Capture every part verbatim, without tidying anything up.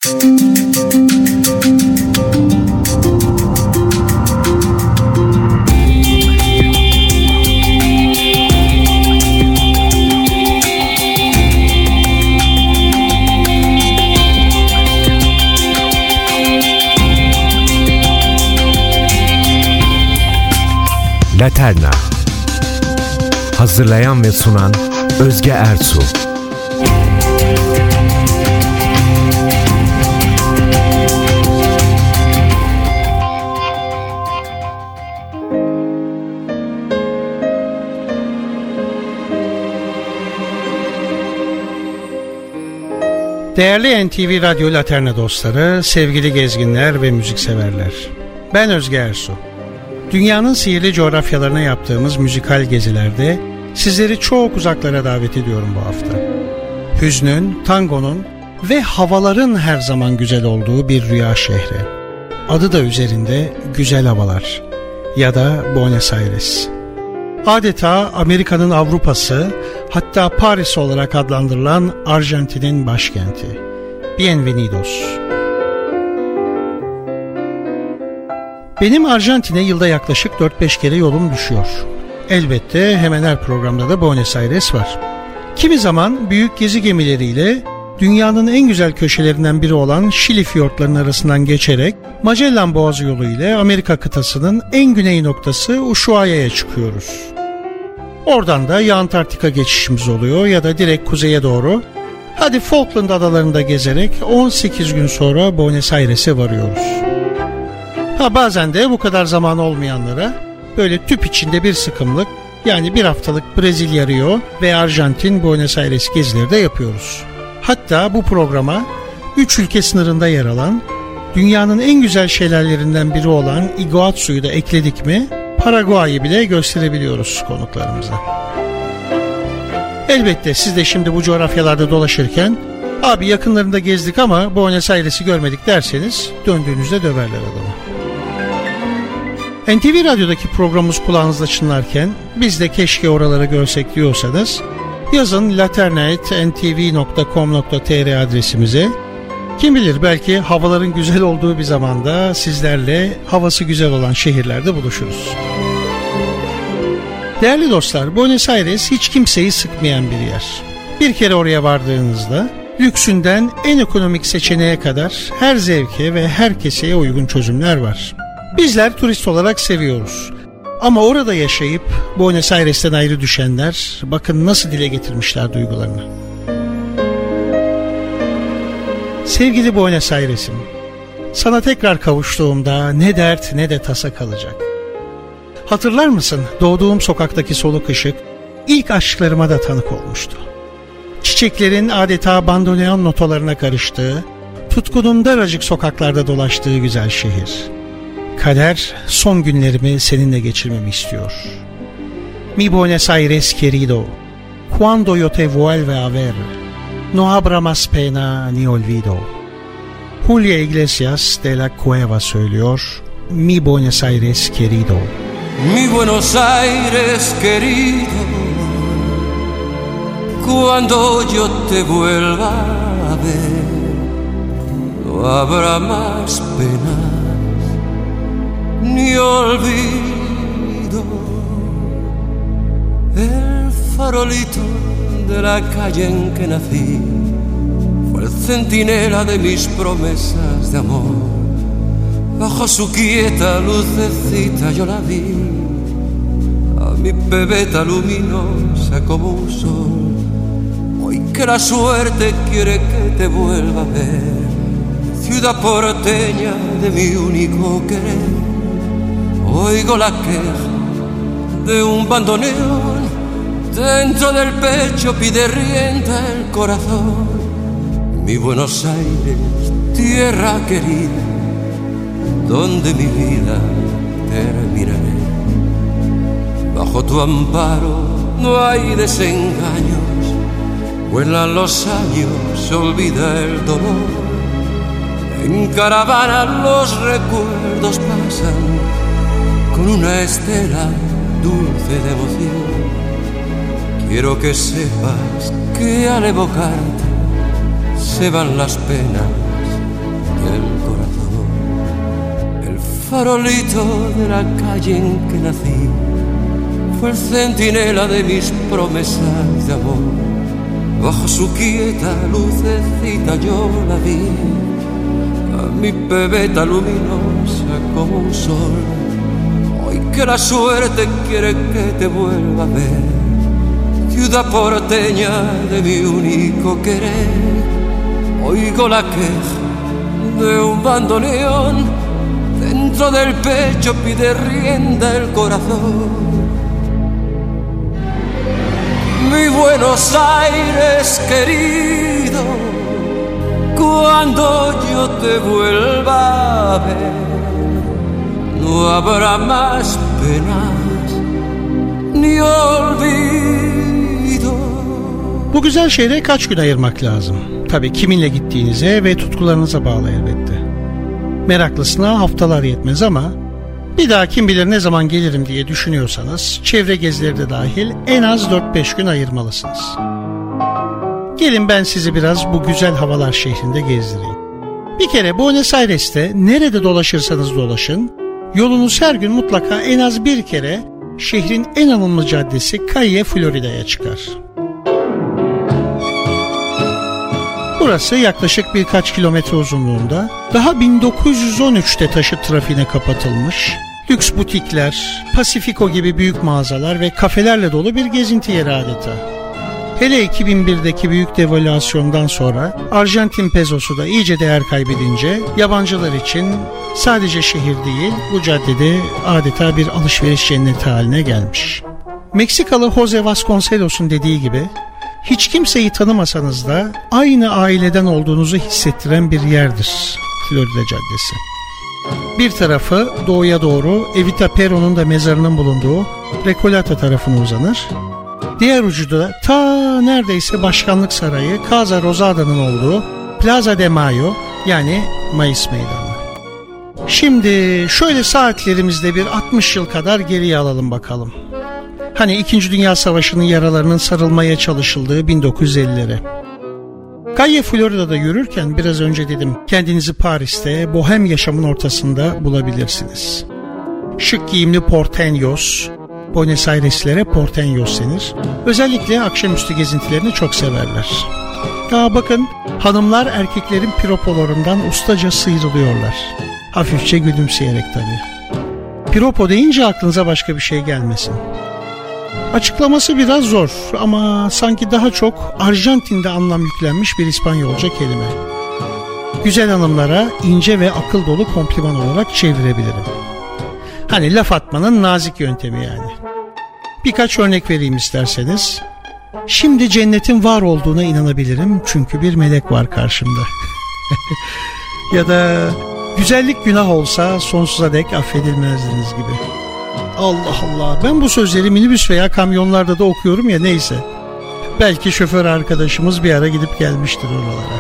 Laterna. Hazırlayan ve sunan Özge Ertuğ. Değerli N T V Radyo Laterna dostları, sevgili gezginler ve müzikseverler. Ben Özge Ertuğ. Dünyanın sihirli coğrafyalarına yaptığımız müzikal gezilerde sizleri çok uzaklara davet ediyorum bu hafta. Hüznün, tangonun ve havaların her zaman güzel olduğu bir rüya şehri. Adı da üzerinde Güzel Havalar ya da Buenos Aires. Adeta Amerika'nın Avrupa'sı, hatta Paris olarak adlandırılan Arjantin'in başkenti. Bienvenidos. Benim Arjantin'e yılda yaklaşık dört beş kere yolum düşüyor. Elbette hemen her programda da Buenos Aires var. Kimi zaman büyük gezi gemileriyle dünyanın en güzel köşelerinden biri olan Şili fiyortlarının arasından geçerek Magellan Boğazı yolu ile Amerika kıtasının en güney noktası Ushuaia'ya çıkıyoruz. Oradan da ya Antarktika geçişimiz oluyor ya da direkt kuzeye doğru, hadi Falkland adalarında gezerek on sekiz gün sonra Buenos Aires'e varıyoruz. Ha bazen de bu kadar zaman olmayanlara böyle tüp içinde bir sıkımlık, yani bir haftalık Brezilya, Rio ve Arjantin Buenos Aires gezileri de yapıyoruz. Hatta bu programa üç ülke sınırında yer alan, dünyanın en güzel şelalelerinden biri olan Iguazu'yu da ekledik mi, Paraguay'ı bile gösterebiliyoruz konuklarımıza. Elbette siz de şimdi bu coğrafyalarda dolaşırken, abi yakınlarında gezdik ama Buenos Aires'i görmedik derseniz döndüğünüzde döverler adamı. N T V Radyo'daki programımız kulağınızda çınlarken biz de keşke oraları görsek diyorsanız yazın laterna at n t v nokta com nokta t r adresimize. Kim bilir, belki havaların güzel olduğu bir zamanda sizlerle havası güzel olan şehirlerde buluşuruz. Değerli dostlar, Buenos Aires hiç kimseyi sıkmayan bir yer. Bir kere oraya vardığınızda lüksünden en ekonomik seçeneğe kadar her zevke ve her keseye uygun çözümler var. Bizler turist olarak seviyoruz. Ama orada yaşayıp Buenos Aires'ten ayrı düşenler bakın nasıl dile getirmişler duygularını. Sevgili Buenos Aires'im, sana tekrar kavuştuğumda ne dert ne de tasa kalacak. Hatırlar mısın, doğduğum sokaktaki soluk ışık ilk aşklarıma da tanık olmuştu. Çiçeklerin adeta bandoneon notalarına karıştığı, tutkunun daracık sokaklarda dolaştığı güzel şehir. Kader son günlerimi seninle geçirmemi istiyor. Mi Buenos Aires querido, cuando yo te vuelva a ver, no habrá más pena ni olvido. Julia Iglesias de la Cueva söylüyor. Mi Buenos Aires querido. Mi Buenos Aires querido, cuando yo te vuelva a ver, no habrá más pena ni olvido. El farolito de la calle en que nací fue el centinela de mis promesas de amor. Bajo su quieta lucecita yo la vi, a mi pebeta luminosa como un sol. Hoy que la suerte quiere que te vuelva a ver, ciudad porteña de mi único querer, oigo la queja de un bandoneón, dentro del pecho pide rienda el corazón. Mi Buenos Aires, tierra querida, donde mi vida terminaré. Bajo tu amparo no hay desengaños, vuelan los años, se olvida el dolor. En caravana los recuerdos pasan con una estela dulce de emoción. Quiero que sepas que al evocarte se van las penas farolito de la calle en que nací, fue el centinela de mis promesas de amor. Bajo su quieta lucecita yo la vi, a mi pebeta luminosa como un sol. Hoy que la suerte quiere que te vuelva a ver, ciudad porteña de mi único querer, oigo la queja de un bandoneón, dentro del pecho pide rienda el corazón. Mi Buenos Aires querido, cuando yo te vuelva a ver, no habrá más penas ni olvido. Bu güzel şehre kaç gün ayırmak lazım? Tabii kiminle gittiğinize ve tutkularınıza bağlı elbette. Meraklısına haftalar yetmez ama bir daha kim bilir ne zaman gelirim diye düşünüyorsanız çevre gezileri de dahil en az dört beş gün ayırmalısınız. Gelin ben sizi biraz bu güzel havalar şehrinde gezdireyim. Bir kere Buenos Aires'te nerede dolaşırsanız dolaşın, yolunuz her gün mutlaka en az bir kere şehrin en anılmaz caddesi Calle Florida'ya çıkar. Burası yaklaşık birkaç kilometre uzunluğunda, daha bin dokuz yüz on üçte taşıt trafiğine kapatılmış, lüks butikler, Pacifico gibi büyük mağazalar ve kafelerle dolu bir gezinti yeri adeta. Hele iki bin birdeki büyük devalüasyondan sonra Arjantin pezosu da iyice değer kaybedince yabancılar için sadece şehir değil, bu caddede adeta bir alışveriş cenneti haline gelmiş. Meksikalı Jose Vasconcelos'un dediği gibi, hiç kimseyi tanımasanız da aynı aileden olduğunuzu hissettiren bir yerdir Florida Caddesi. Bir tarafı doğuya doğru Evita Perón'un da mezarının bulunduğu Recoleta tarafına uzanır. Diğer ucu da ta neredeyse Başkanlık Sarayı Casa Rosada'nın olduğu Plaza de Mayo, yani Mayıs Meydanı. Şimdi şöyle saatlerimizde bir altmış yıl kadar geriye alalım bakalım. Hani İkinci Dünya Savaşı'nın yaralarının sarılmaya çalışıldığı bin dokuz yüz ellilere. Calle Florida'da yürürken biraz önce dedim, kendinizi Paris'te bohem yaşamın ortasında bulabilirsiniz. Şık giyimli porteños, Buenos Aireslilere porteños denir. Özellikle akşamüstü gezintilerini çok severler. Aa bakın, hanımlar erkeklerin piropolarından ustaca sıyrılıyorlar. Hafifçe gülümseyerek tabii. Piropo deyince aklınıza başka bir şey gelmesin. Açıklaması biraz zor ama sanki daha çok Arjantin'de anlam yüklenmiş bir İspanyolca kelime. Güzel hanımlara ince ve akıl dolu kompliman olarak çevirebilirim. Hani laf atmanın nazik yöntemi yani. Birkaç örnek vereyim isterseniz. Şimdi cennetin var olduğuna inanabilirim çünkü bir melek var karşımda. Ya da güzellik günah olsa sonsuza dek affedilmezdiniz gibi. Allah Allah, ben bu sözleri minibüs veya kamyonlarda da okuyorum ya, neyse. Belki şoför arkadaşımız bir ara gidip gelmiştir oralara.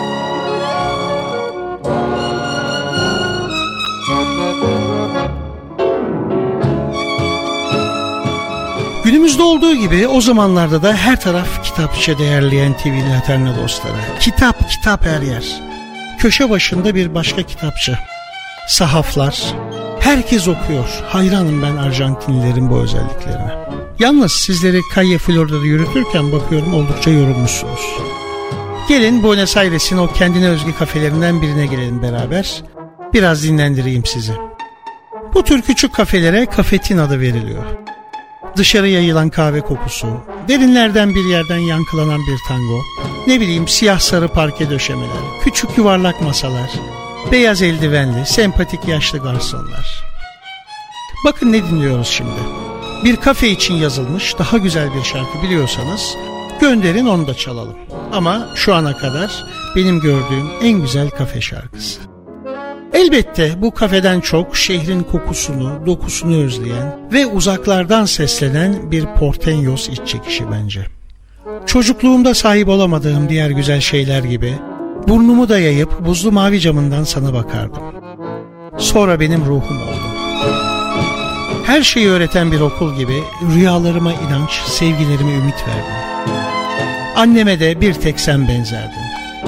Günümüzde olduğu gibi o zamanlarda da her taraf kitapçı değerleyen T V Laterna dostları. Kitap kitap her yer. Köşe başında bir başka kitapçı. Sahaflar. Herkes okuyor. Hayranım ben Arjantinlilerin bu özelliklerine. Yalnız sizleri Calle Florida'da yürütürken bakıyorum oldukça yorulmuşsunuz. Gelin Buenos Aires'in o kendine özgü kafelerinden birine gelelim beraber. Biraz dinlendireyim sizi. Bu tür küçük kafelere kafetin adı veriliyor. Dışarı yayılan kahve kokusu, derinlerden bir yerden yankılanan bir tango, ne bileyim siyah sarı parke döşemeler, küçük yuvarlak masalar, beyaz eldivenli, sempatik yaşlı garsonlar. Bakın ne dinliyoruz şimdi. Bir kafe için yazılmış daha güzel bir şarkı biliyorsanız gönderin, onu da çalalım. Ama şu ana kadar benim gördüğüm en güzel kafe şarkısı. Elbette bu kafeden çok şehrin kokusunu, dokusunu özleyen ve uzaklardan seslenen bir porteños iç çekişi bence. Çocukluğumda sahip olamadığım diğer güzel şeyler gibi burnumu da yayıp buzlu mavi camından sana bakardım. Sonra benim ruhum oldun. Her şeyi öğreten bir okul gibi rüyalarıma inanç, sevgilerime ümit verdin. Anneme de bir tek sen benzerdin.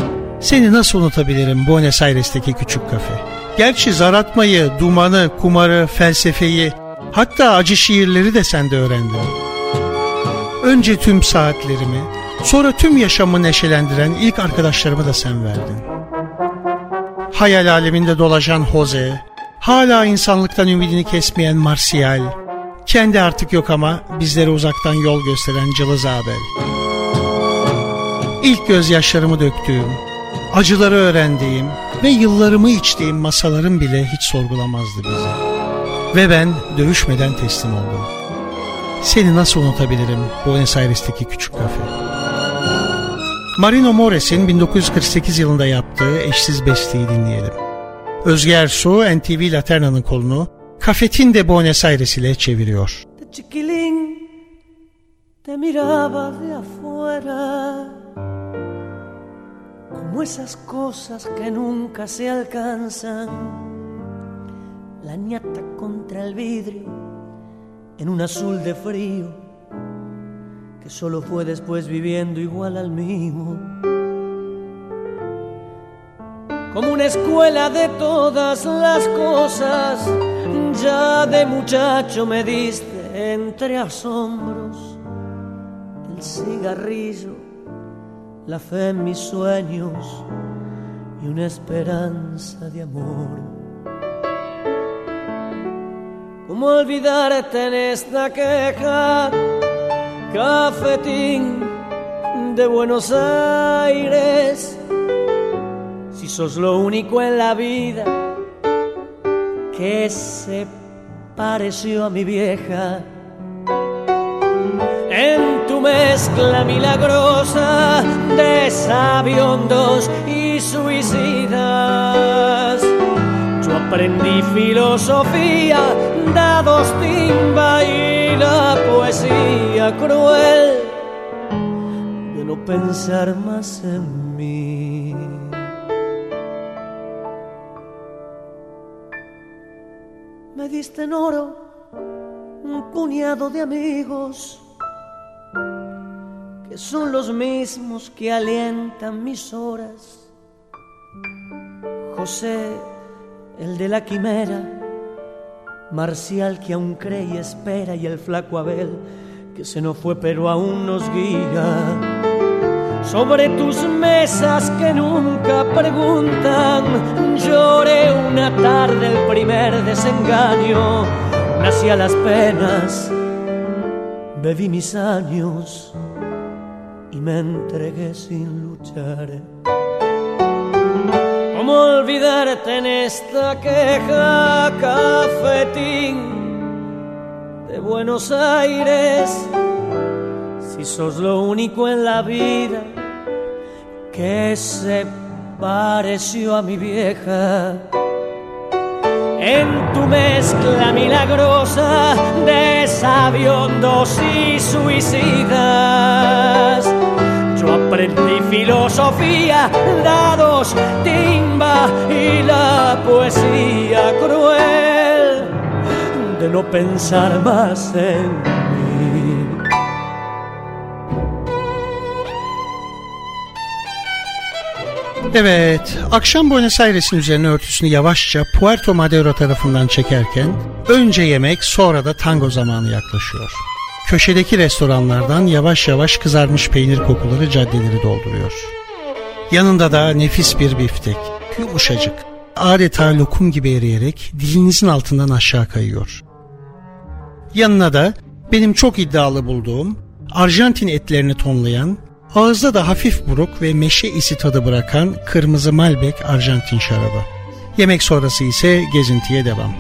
Seni nasıl unutabilirim Buenos Aires'teki küçük kafe. Gerçi zar atmayı, dumanı, kumarı, felsefeyi, hatta acı şiirleri de sende öğrendim. Önce tüm saatlerimi, sonra tüm yaşamı neşelendiren ilk arkadaşlarımı da sen verdin. Hayal aleminde dolaşan Jose, hala insanlıktan ümidini kesmeyen Marcial, kendi artık yok ama bizlere uzaktan yol gösteren Cılız Abel. İlk gözyaşlarımı döktüğüm, acıları öğrendiğim ve yıllarımı içtiğim masalarım bile hiç sorgulamazdı bizi. Ve ben dövüşmeden teslim oldum. Seni nasıl unutabilirim Buenos Aires'teki küçük kafe. Marino Mores'in bin dokuz yüz kırk sekiz yılında yaptığı eşsiz besteyi dinleyelim. Özge Ersu N T V Laterna'nın kolunu Cafetín de Buenos Aires ile çeviriyor. De chiquilín te miraba de afuera como esas cosas que nunca se alcanzan, la ñata contra el vidrio en un azul de frío que solo fue después viviendo igual al mío. Como una escuela de todas las cosas, ya de muchacho me diste entre asombros el cigarrillo, la fe en mis sueños y una esperanza de amor. ¿Cómo olvidarte en esta queja, cafetín de Buenos Aires? Si sos lo único en la vida que se pareció a mi vieja, en tu mezcla milagrosa de sabiondos y suicidas, yo aprendí filosofía, dados, timba y la poesía cruel de no pensar más en mí. Me diste en oro un puñado de amigos que son los mismos que alientan mis horas. José, el de la quimera, Marcial que aún cree y espera, y el flaco Abel que se nos fue pero aún nos guía. Sobre tus mesas que nunca preguntan, lloré una tarde el primer desengaño. Nací a las penas, bebí mis años y me entregué sin luchar. ¿Cómo olvidarte en esta queja, cafetín de Buenos Aires? Si sos lo único en la vida que se pareció a mi vieja, en tu mezcla milagrosa de sabiondos y suicidas, yo aprendí filosofía, dados, timba y la poesía cruel de no pensar más en mí. Evet, akşam Buenos Aires'in üzerine örtüsünü yavaşça Puerto Madero tarafından çekerken önce yemek, sonra da tango zamanı yaklaşıyor. Köşedeki restoranlardan yavaş yavaş kızarmış peynir kokuları caddeleri dolduruyor. Yanında da nefis bir biftek, yumuşacık, adeta lokum gibi eriyerek dilinizin altından aşağı kayıyor. Yanına da benim çok iddialı bulduğum Arjantin etlerini tonlayan, ağızda da hafif buruk ve meşe isi tadı bırakan kırmızı Malbec Arjantin şarabı. Yemek sonrası ise gezintiye devam.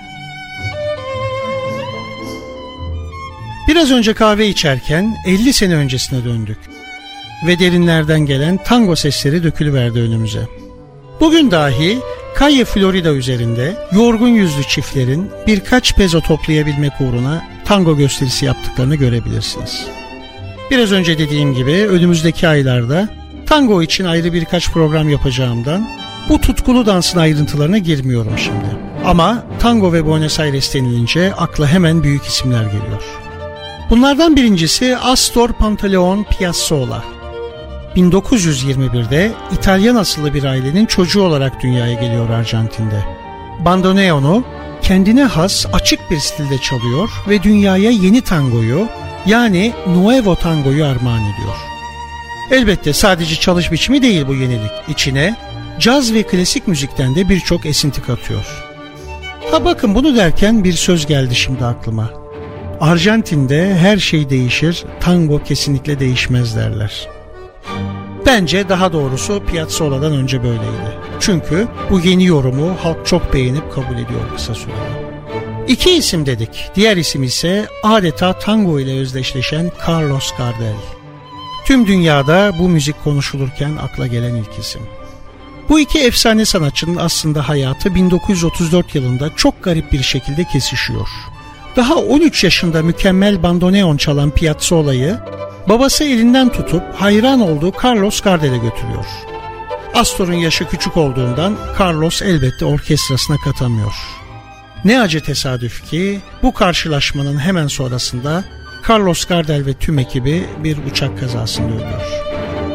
Biraz önce kahve içerken elli sene öncesine döndük ve derinlerden gelen tango sesleri dökülüverdi önümüze. Bugün dahi Calle Florida üzerinde yorgun yüzlü çiftlerin birkaç peso toplayabilmek uğruna tango gösterisi yaptıklarını görebilirsiniz. Biraz önce dediğim gibi önümüzdeki aylarda tango için ayrı birkaç program yapacağımdan bu tutkulu dansın ayrıntılarına girmiyorum şimdi. Ama tango ve Buenos Aires denilince akla hemen büyük isimler geliyor. Bunlardan birincisi Astor Pantaleon Piazzolla. bin dokuz yüz yirmi birde İtalyan asıllı bir ailenin çocuğu olarak dünyaya geliyor Arjantin'de. Bandoneon'u kendine has açık bir stilde çalıyor ve dünyaya yeni tangoyu, yani Nuevo Tango'yu armağan ediyor. Elbette sadece çalış biçimi değil bu yenilik. İçine caz ve klasik müzikten de birçok esinti katıyor. Ha bakın, bunu derken bir söz geldi şimdi aklıma. Arjantin'de her şey değişir, tango kesinlikle değişmez derler. Bence daha doğrusu Piazzolla'dan önce böyleydi. Çünkü bu yeni yorumu halk çok beğenip kabul ediyor kısa sürede. İki isim dedik. Diğer isim ise adeta tango ile özdeşleşen Carlos Gardel. Tüm dünyada bu müzik konuşulurken akla gelen ilk isim. Bu iki efsane sanatçının aslında hayatı bin dokuz yüz otuz dört yılında çok garip bir şekilde kesişiyor. Daha on üç yaşında mükemmel bandoneon çalan Piazzolla'yı babası elinden tutup hayran olduğu Carlos Gardel'e götürüyor. Astor'un yaşı küçük olduğundan Carlos elbette orkestrasına katamıyor. Ne acı tesadüf ki bu karşılaşmanın hemen sonrasında Carlos Gardel ve tüm ekibi bir uçak kazasında ölüyor.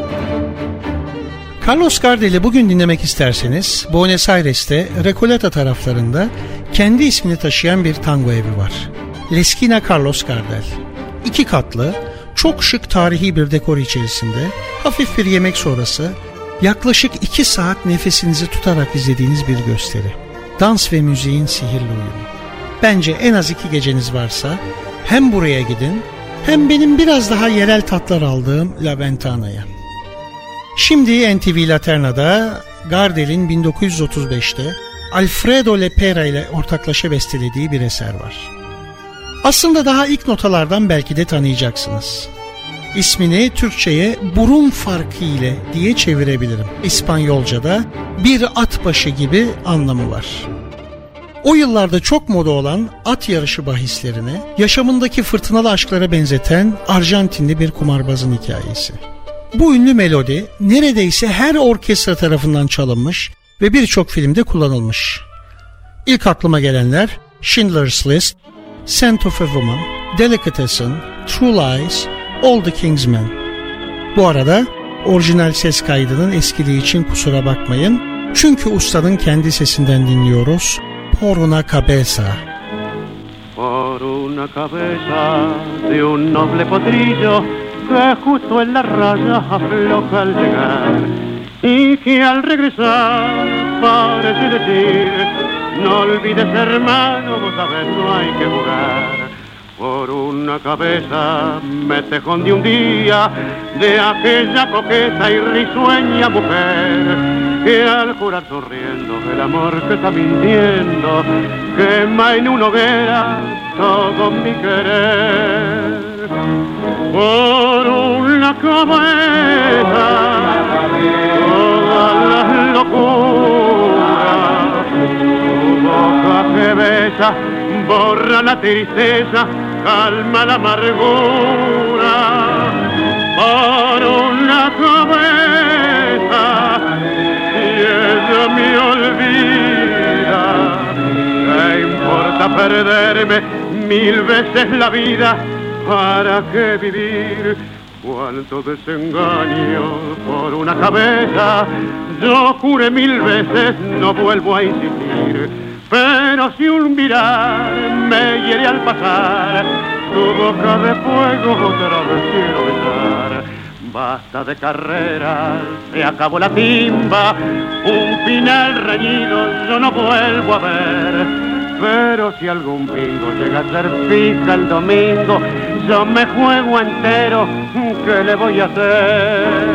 Carlos Gardel'i bugün dinlemek isterseniz Buenos Aires'te Recoleta taraflarında kendi ismini taşıyan bir tango evi var. L'esquina Carlos Gardel. İki katlı, çok şık tarihi bir dekor içerisinde hafif bir yemek sonrası yaklaşık iki saat nefesinizi tutarak izlediğiniz bir gösteri. Dans ve müziğin sihirli uyumu. Bence en az iki geceniz varsa hem buraya gidin hem benim biraz daha yerel tatlar aldığım La Ventana'ya. Şimdi N T V Laterna'da Gardel'in bin dokuz yüz otuz beşte Alfredo Lepera ile ortaklaşa bestelediği bir eser var. Aslında daha ilk notalardan belki de tanıyacaksınız. İsmini Türkçe'ye burun farkı ile diye çevirebilirim. İspanyolca'da bir at başı gibi anlamı var. O yıllarda çok moda olan at yarışı bahislerini yaşamındaki fırtınalı aşklara benzeten Arjantinli bir kumarbazın hikayesi. Bu ünlü melodi neredeyse her orkestra tarafından çalınmış ve birçok filmde kullanılmış. İlk aklıma gelenler Schindler's List, Scent of a Woman, Delicatessen, True Lies, All the King's Men. Bu arada orijinal ses kaydının eskiliği için kusura bakmayın. Çünkü ustanın kendi sesinden dinliyoruz. Por una cabeza. Por una cabeza de un noble potrillo que justo en la raya afloja al llegar y que al regresar parece decir no olvides hermano, vos sabés no hay que jugar. Por una cabeza me tejón de un día de aquella coqueta y risueña mujer que al jurar sonriendo el amor que está mintiendo quema en una hoguera todo mi querer. Por una cabeza todas las locuras, tu boca que besa borra la tristeza, calma la amargura. Por una cabeza y ella me olvida, ¿qué importa perderme mil veces la vida? ¿Para qué vivir? Cuánto desengaño por una cabeza. Yo juré mil veces, no vuelvo a insistir. Pero si un mirar me hiere al pasar, tu boca de fuego otra vez quiero besar. Basta de carreras, se acabó la timba, un final reñido yo no vuelvo a ver. Pero si algún bingo llega a ser fija el domingo, yo me juego entero, ¿qué le voy a hacer?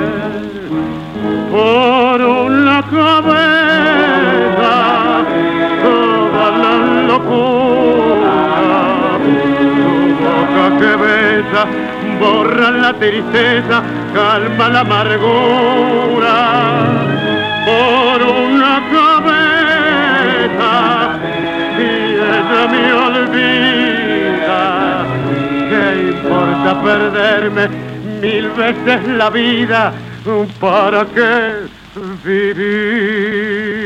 Por una cabeza toda la locura, tu boca que besa borra la tristeza, calma la amargura. Por una cabeza y ella me olvida, ¿qué importa perderme mil veces la vida? ¿Para qué vivir?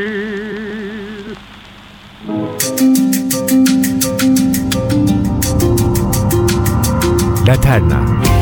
Laterna.